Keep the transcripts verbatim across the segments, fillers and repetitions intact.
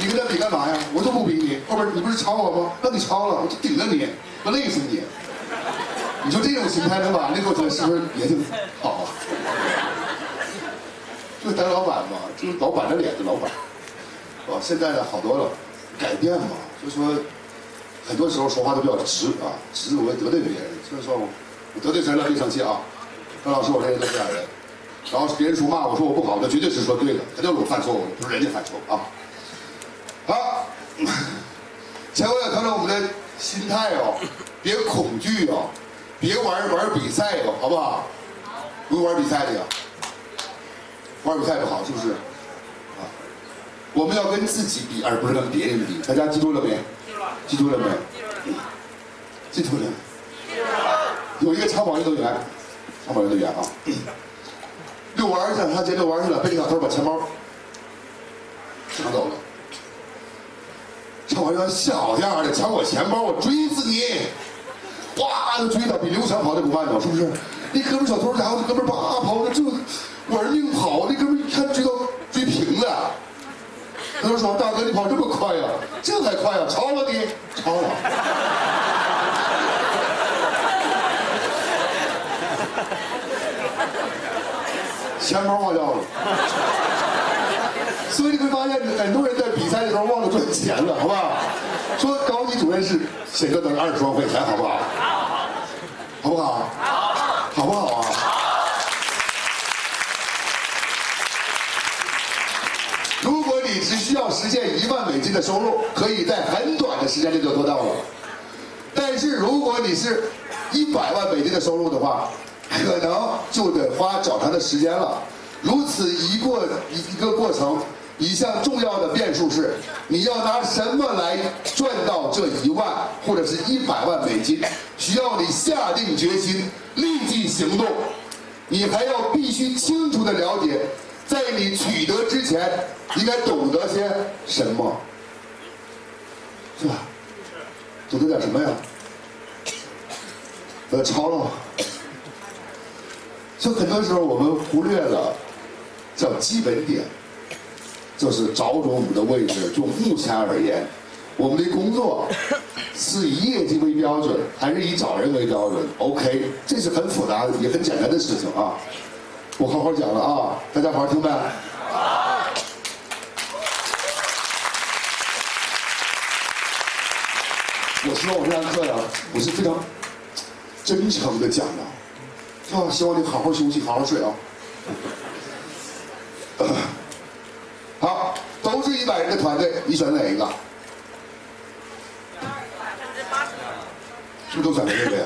跟他比干嘛呀？我就不比你，后边你不是超我吗？那你超了，我就顶着你，我累死你。你说这种心态能把那过程是不是也挺好啊？就当老板嘛，就是老板的脸的老板。哦，现在呢好多了，改变嘛，就说很多时候说话都比较直啊，直我会得罪别人，所以说我我得罪谁了别生气啊。张老师，我这人都这样人。然后别人说骂我说我不好，那绝对是说对的，他就是我犯错误，不是人家犯错误啊。好，前后要调整我们的心态哦，别恐惧哦，别玩玩比赛哦，好不好？不玩比赛的呀，玩比赛不好，是不是？啊，我们要跟自己比，而不是跟别人比。大家记住了没？记住了没？记住了。有一个长跑运动员，长跑运动员啊。遛弯去，他今天遛弯去了，被那小偷把钱包抢走了。长跑员小样的，抢我钱包，我追死你！哇，就追他，比刘翔跑的不慢呢，是不是？那哥们小偷家伙，那哥们叭跑，这玩命跑，那哥们一看追到追平了。他就说：“大哥，你跑这么快呀？这还快呀？超了你，超了。”钱包忘掉了，所以你会发现很多人在比赛的时候忘了赚钱了，好不好？说高级主任是写个等二十万块钱，好不好？好不好？好不好啊？如果你只需要实现一万美金的收入，可以在很短的时间内就做到了。但是如果你是一百万美金的收入的话，可能就得花较长的时间了。如此一过一个过程，一项重要的变数是，你要拿什么来赚到这一万或者是一百万美金？需要你下定决心，立即行动。你还要必须清楚地了解，在你取得之前，应该懂得些什么，是吧？懂得点什么呀？呃，超了。就很多时候我们忽略了叫基本点，就是找准我们的位置。就目前而言，我们的工作是以业绩为标准，还是以找人为标准 ？OK， 这是很复杂也很简单的事情啊。我好好讲了啊，大家好好听呗。我希望我这堂课呀，我是非常真诚的讲的。啊，希望你好好休息，好好睡啊。好，都是一百人的团队，你选哪一个？是不是都选的这个呀？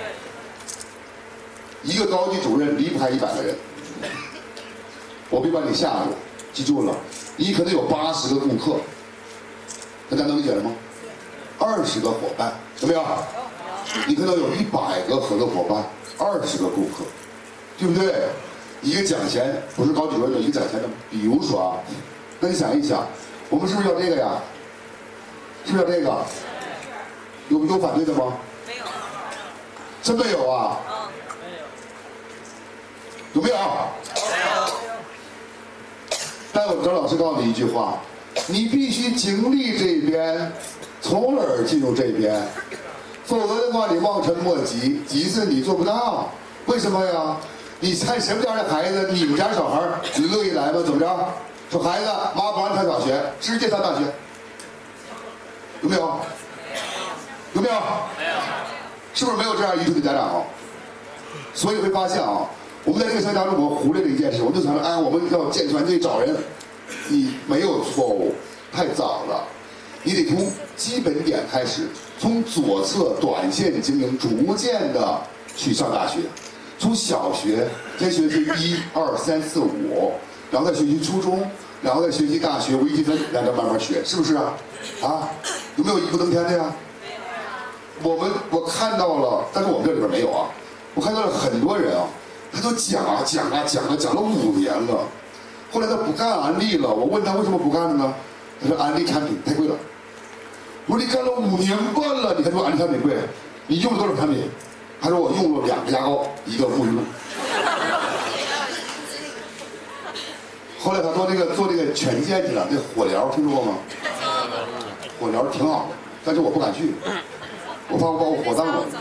一个高级主任离不开一百个人。我别把你吓住，记住了，你可能有八十个顾客，大家能理解了吗？二十个伙伴，有没有？你可能有一百个合作伙伴。二十个顾客，对不对？一个奖钱不是高级主任的一个奖钱的，比如说啊，那你想一想，我们是不是要这个呀？是不是要这个？有有反对的吗？没有。真没有啊？有没有？没有。但我张老师告诉你一句话，你必须经历这边，从而进入这边。否则的话，你望尘莫及，急是你做不到。为什么呀？你看什么样的孩子，你们家小孩你乐意来吗？怎么着？说孩子，妈不让上小学，直接上大学，有没有？有没有？没有。是不是没有这样愚蠢的家长啊？所以会发现啊，我们在这个项目当中，我们忽略了一件事，我们就想着，哎，我们要建团队找人，你没有错误，太早了。你得从基本点开始，从左侧短线经营，逐渐的去上大学，从小学先学习一二三四五，然后再学习初中，然后再学习大学微积分，让他慢慢学，是不是啊？啊，有没有一步登天的呀？我们我看到了，但是我们这里边没有啊。我看到了很多人啊，他都讲啊讲啊讲啊讲了五年了，后来他不干安利了。我问他为什么不干了呢？他说安利产品太贵了。我说你干了五年半了，你还说安利产品贵？你用了多少产品？他说我用了两个牙膏，一个沐浴露。后来他做这个做这个犬健去了，这火疗听说过吗？ 火疗挺好的，但是我不敢去，我怕我把我火葬了。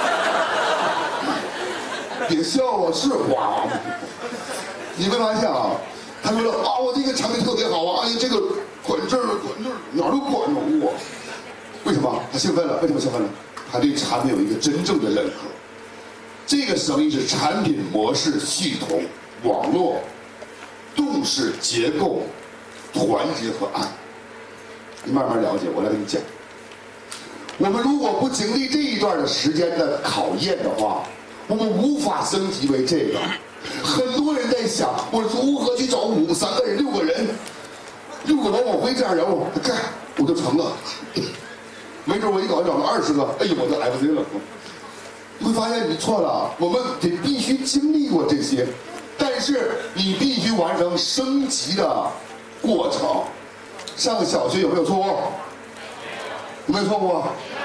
别笑我，是花。你没发现啊？他说了啊，我这个产品特别好啊，哎呀，这个管这儿管这儿哪儿都管着我。为什么？他兴奋了？为什么兴奋了？他对产品有一个真正的认可。这个生意是产品模式、系统、网络、动势、结构、团结和爱。你慢慢了解，我来跟你讲。我们如果不经历这一段的时间的考验的话，我们无法升级为这个。很多人在想，我如何去找五三个人、六个人，六个王宝辉这样人物，干我就成了。没准我一搞就找了二十个，哎呦，我就 F C 了。你会发现你错了，我们得必须经历过这些，但是你必须完成升级的过程。上小学有没有错误？有没有错误？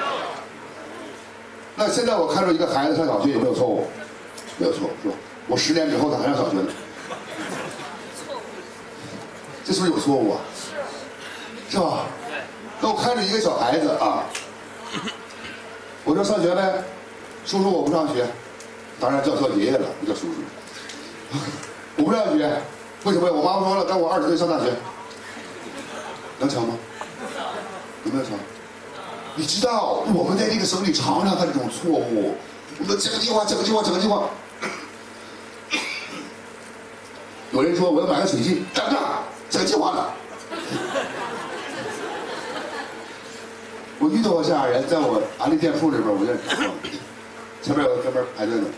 那现在我看着一个孩子上小学有没有错误？没有错误，是吧？我十年之后他还上小学呢，这是不是有错误啊？是吧？那我看着一个小孩子啊，我说上学呗，叔叔我不上学，当然叫叫爷爷了，不叫叔叔。我不上学，为什么？我妈妈说了，等我二十岁上大学，能成吗？有没有成？你知道我们在这个省里常常犯这种错误，我们整个计划，整个计划，整个计划。有人说我要买个水晶，等着，整个计划呢。我遇到过这样的人，在我安利店铺里边，我认识。前面有个哥们排队呢，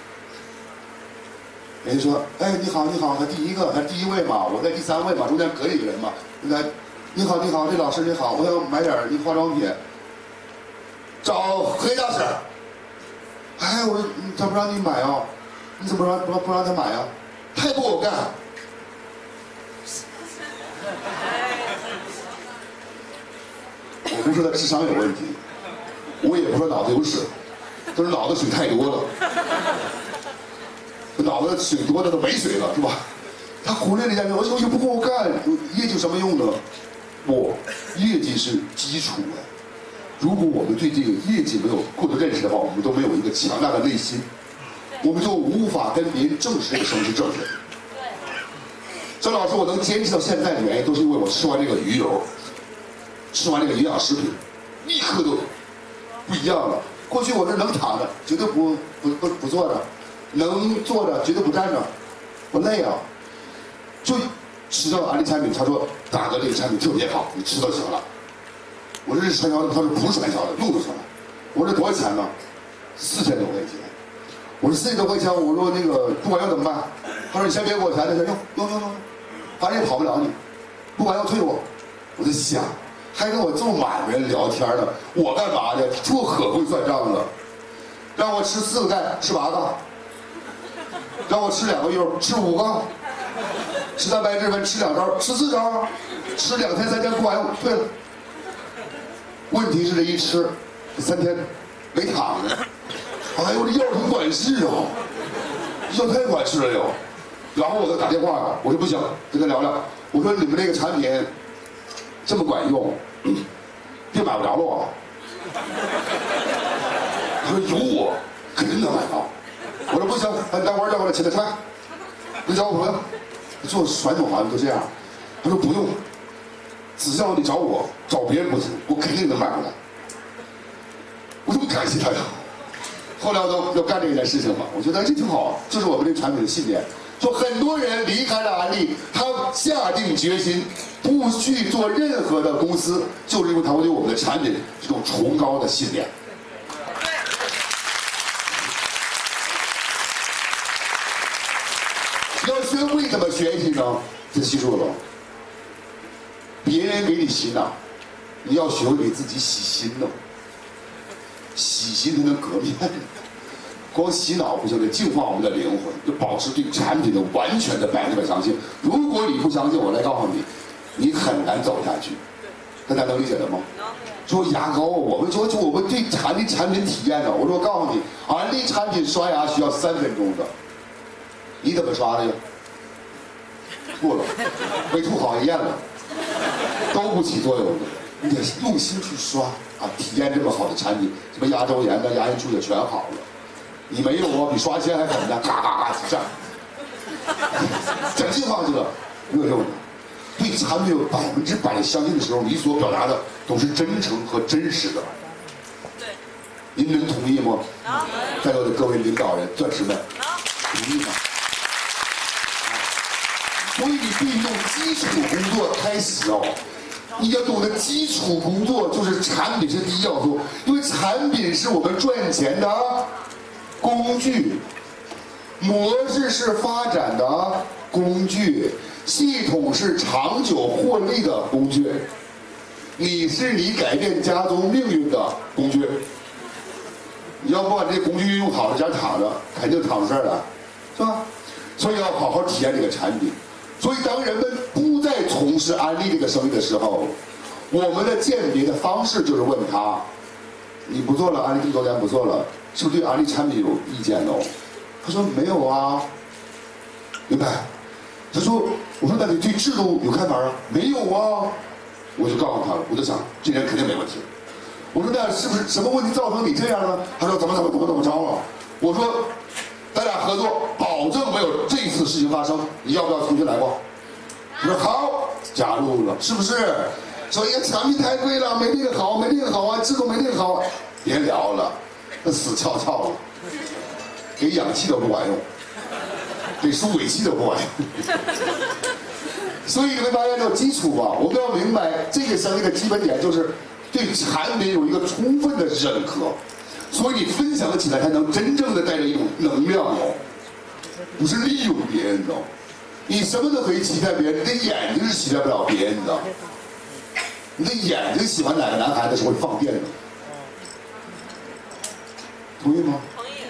人家说：“哎，你好，你好，他第一个，他第一位嘛，我在第三位嘛，中间隔一个人嘛。你看，你好，你好，这老师你好，我想买点那化妆品，找黑大婶。哎，我说他不让你买啊，你怎么让不不让他买啊？太不给我干。”我不是说他智商有问题，我也不说脑子有屎，都是脑子水太多了，脑子水多的都没水了，是吧？他忽略了一下，我又不给我干，业绩有什么用呢？不，业绩是基础啊。如果我们对这个业绩没有过多认识的话，我们都没有一个强大的内心，我们就无法跟别人证实这个生是正确的。张老师，我能坚持到现在的原因，都是因为我吃完这个鱼油。吃完这个营养食品，立刻都不一样了。过去我是能躺着，绝对不不不不坐着；能坐着，绝对不站着，我累啊。就吃到安利产品，他说大哥这个产品特别好，你吃就行了。我这是传销的，他说不是传销的，用就行了。我说多少钱呢？四千多块钱。我说四千多块钱，我说那个不管用怎么办？他说你先别给我钱，他说用用用用，反正也跑不了你，不管要退我。我在想。还跟我这么满人聊天呢，我干嘛呢？这可会算账了。让我吃四个钙，吃八个；让我吃两个油，吃五个；吃蛋白质粉，吃两招，吃四招；吃两天三天不管用，退了。问题是这一吃，这三天没躺着。哎呦，这药挺管事啊，药太管事了又。然后我就打电话，我说不行，跟他聊聊。我说你们这个产品这么管用，别买不着了。他说有我肯定能买到。我说不行，把你单官叫过来请他吃，你找我朋友。做传统行业都这样。他说不用，只要你找我，找别人不行，我肯定能买回来。我这么感谢他呀。后来我都要干这件事情嘛，我觉得这挺好，这是我们这个产品的信念。说很多人离开了安利，他下定决心不去做任何的公司，就是因为他会对我们的产品这种崇高的信念。要学会怎么学习呢？这记住了，别人给你洗脑，你要学会给自己洗心呢。洗心才能革面，光洗脑不行，得净化我们的灵魂，就保持对产品的完全的百分之百相信。如果你不相信，我来告诉你，你很难走下去。大家能理解的吗？说牙膏，我们说就我们对安利产品体验呢，我说我告诉你，安利产品刷牙需要三分钟的，你怎么刷的呀？吐了，没吐好咽了，都不起作用的。 你得用心去刷啊，体验这么好的产品，什么牙周炎的、牙龈出血全好了。你没有啊，比刷新还狠呢，嘎嘎嘎几站，整进化去了，没有用的。对产品有百分之百的相信的时候，你所表达的都是真诚和真实的。 对， 您能同意吗？ 好。 在座的各位领导人、钻石们，同意吗？所以你必须从基础工作开始哦。你要懂得基础工作就是产品是第一要素，因为产品是我们赚钱的工具，模式是发展的工具，系统是长久获利的工具，你是你改变家族命运的工具。你要不把这工具运用好了，家躺着肯定躺出事儿了，是吧？所以要好好体验这个产品。所以当人们不再从事安利这个生意的时候，我们的鉴别的方式就是问他：你不做了，安利这么多年不做了，是不是对安利产品有意见哦？他说没有啊，明白？他说，我说那你对制度有看法啊？没有啊，我就告诉他了，我就想这人肯定没问题。我说那是不是什么问题造成你这样呢？他说怎么怎么怎么怎么着了？我说咱俩合作，保证没有这次事情发生。你要不要重新来过？他说好，加入了，是不是？说哎呀，产品太贵了，没这个好，没这个好啊，制度没这个好，别聊了，那死翘翘了，给氧气都不管用，给输尾气都不管用。所以你会发现这个基础吧，我们要明白这个生意的基本点就是对产品有一个充分的认可，所以你分享起来才能真正的带着一种能量哦，不是利用别人的哦。你什么都可以期待别人，你的眼睛是期待不了别人的。你的眼睛喜欢哪个男孩子是会放电的，同意吗？ 同意。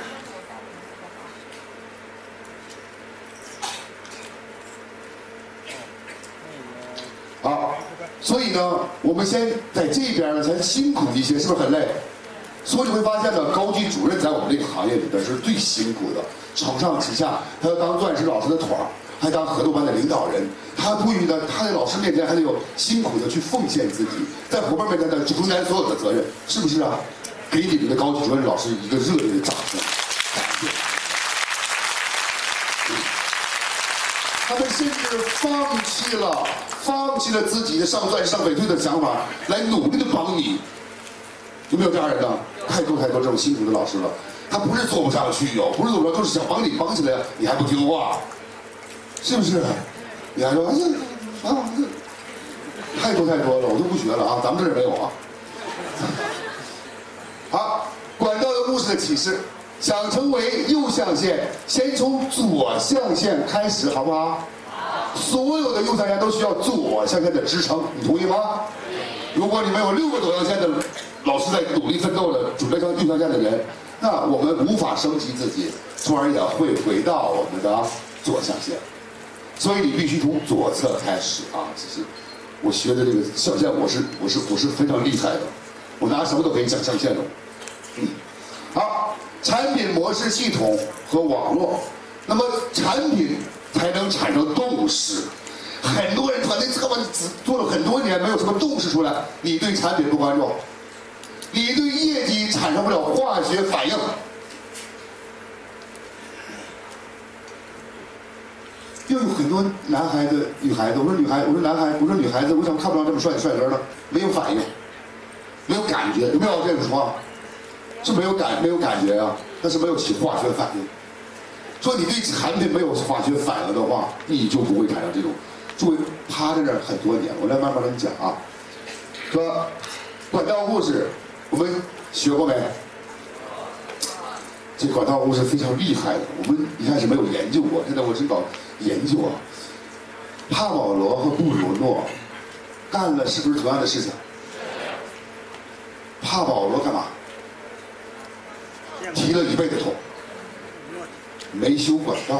好，所以呢，我们先在这边呢，先辛苦一些，是不是很累？所以你会发现呢，高级主任在我们这个行业里边是最辛苦的，承上启下，他要当钻石老师的腿儿，还当合作班的领导人，他不于呢，他在老师面前还得有辛苦的去奉献自己，在伙伴面前呢承担所有的责任，是不是啊？给你们的高级主任老师一个热烈的掌声，感谢。他们甚至放弃了，放弃了自己的上钻上翡翠的想法，来努力的帮你。有没有这样人呢？太多太多这种辛苦的老师了，他不是做不上去哟，不是做不上，就是想帮你帮起来，你还不听话，是不是？你还说哎呀啊，太多太多了，我就不学了啊，咱们这儿没有啊。好，管道的故事的启示，想成为右象限，先从左象限开始，好不好？所有的右象限都需要左象限的支撑，你同意吗？如果你们有六个左象限的老师在努力奋斗的，准备成右象限的人，那我们无法升级自己，从而也会回到我们的左象限。所以你必须从左侧开始啊！其实我学的这个象限，我是我是我是非常厉害的，我拿什么都可以讲象限的。嗯，好，产品模式系统和网络，那么产品才能产生共识。很多人团队这么做了很多年，没有什么共识出来。你对产品不关注，你对业绩产生不了化学反应。又有很多男孩子、女孩子，我说女孩，我说男孩，我说女孩子，为什么看不上这么帅的帅哥呢？没有反应，没有感觉，有没有这种情况？是没有感没有感觉啊，但是没有起化学反应。说你对产品没有化学反应的话，你就不会产生这种。诸位趴在这儿很多年，我来慢慢跟你讲啊。说管道护士，我们学过没？这管道护士非常厉害的，我们一开始没有研究过，现在我是搞研究啊。帕保罗和布鲁诺干了是不是同样的事情？帕保罗干嘛？提了一辈子桶，没修管道。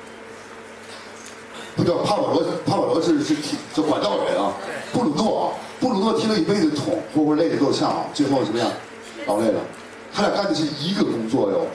不叫帕保罗，帕保罗是是提是管道人啊。布鲁诺啊，布鲁诺提了一辈子桶，活活累得够呛啊，最后怎么样？劳累了。他俩干的是一个工作哟。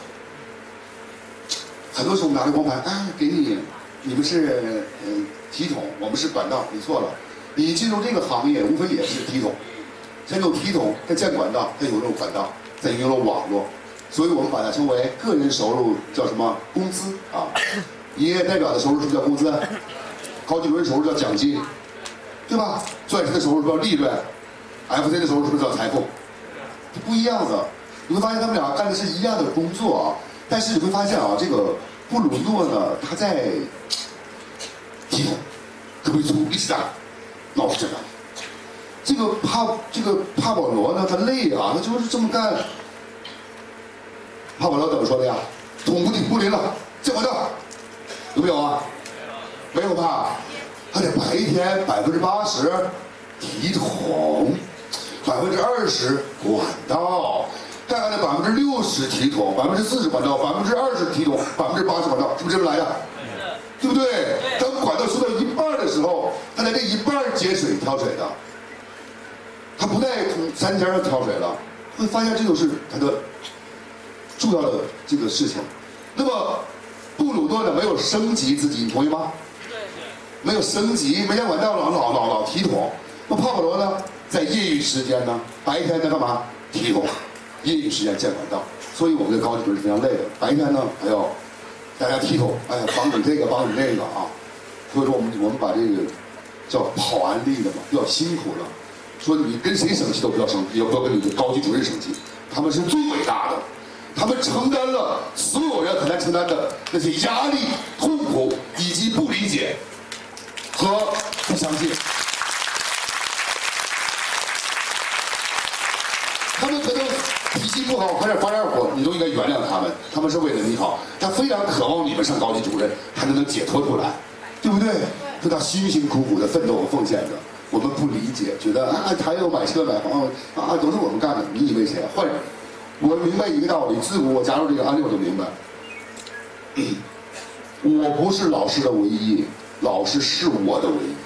很多时候我们拿着光盘，哎，给你，你们是嗯提桶，我们是管道，你错了。 你进入这个行业，无非也是体统，先有体统，再建管道，再有这种管道，再运用了网络，所以我们把它称为个人收入叫什么？工资啊。营业代表的收入是不是叫工资？高级主任收入叫奖金，对吧？钻石的收入是不是叫利润 ？F C 的收入是不是叫财富？不一样的。你会发现他们俩干的是一样的工作啊，但是你会发现啊，这个布鲁诺呢，他在体统特别粗，力气大，脑子正大。这个帕这个帕保罗呢，他累啊，他就是这么干。帕保罗怎么说的呀？捅不顶不灵了，见管道，有没有啊？没有吧？他得白天百分之八十体统，百分之二十管道。大概的百分之六十体统，百分之四十管道，百分之二十体统，百分之八十管道，是不是这么来的？对不对？当管道修到一半的时候，他在这一半接水挑水的，他不再从山尖上挑水了，会发现这就是他的重要的这个事情。那么布鲁诺呢，没有升级自己，你同意吗？没有升级，没建管道，老老老老体统。那帕保罗呢，在业余时间呢，白天在干嘛？体统。业余时间建管道，所以我们的高级主任是非常累的。白天呢还要大家体统，哎呀，帮你这个帮你那个啊。所以说我们我们把这个叫跑安利的嘛，比较辛苦了。说你跟谁生气都不要生气，也不要跟你的高级主任生气，他们是最伟大的，他们承担了所有人很难承担的那些压力、痛苦以及不理解和不相信。他们可能脾气不好，快点发点火，你都应该原谅他们，他们是为了你好。他非常渴望你们上高级主任，他才能解脱出来，对不对？是他辛辛苦苦的奋斗和奉献的。我们不理解，觉得啊，他要买车买房啊，都是我们干的。你以为谁啊？换人。我明白一个道理，自古我加入这个安利，我就明白，我不是老师的唯一，老师是我的唯一。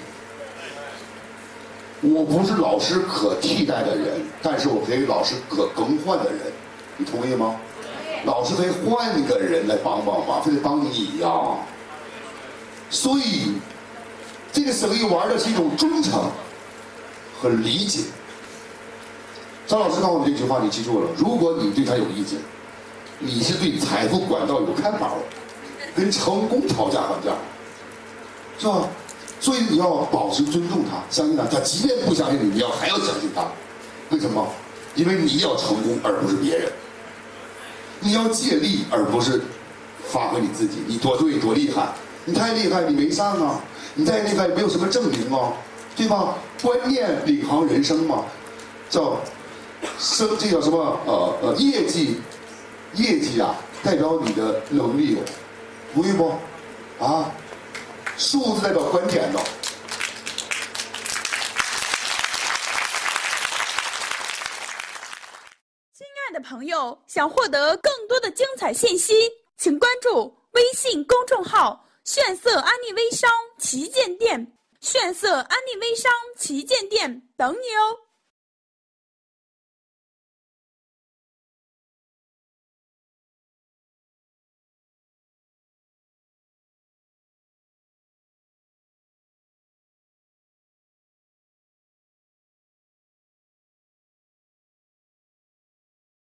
我不是老师可替代的人，但是我可以老师可更换的人，你同意吗？老师可以换一个人来帮帮忙，非得帮你呀、啊。所以，这个生意玩的是一种忠诚和理解。张老师告诉我们这句话，你记住了。如果你对他有意见，你是对财富管道有看法了，跟成功讨价还价，是吧？所以你要保持尊重他，相信他。他即便不相信你，你要还要相信他。为什么？因为你要成功，而不是别人。你要借力，而不是发挥你自己。你多对多厉害，你太厉害，你没上啊！你再厉害，没有什么证明啊，对吧？观念领航人生嘛，叫生，这叫什么？呃呃，业绩，业绩啊，代表你的能力，同意不？啊？数字代表观点呢。 亲爱的朋友，想获得更多的精彩信息，请关注微信公众号“炫色安利微商旗舰店”，炫色安利微商旗舰店等你哦。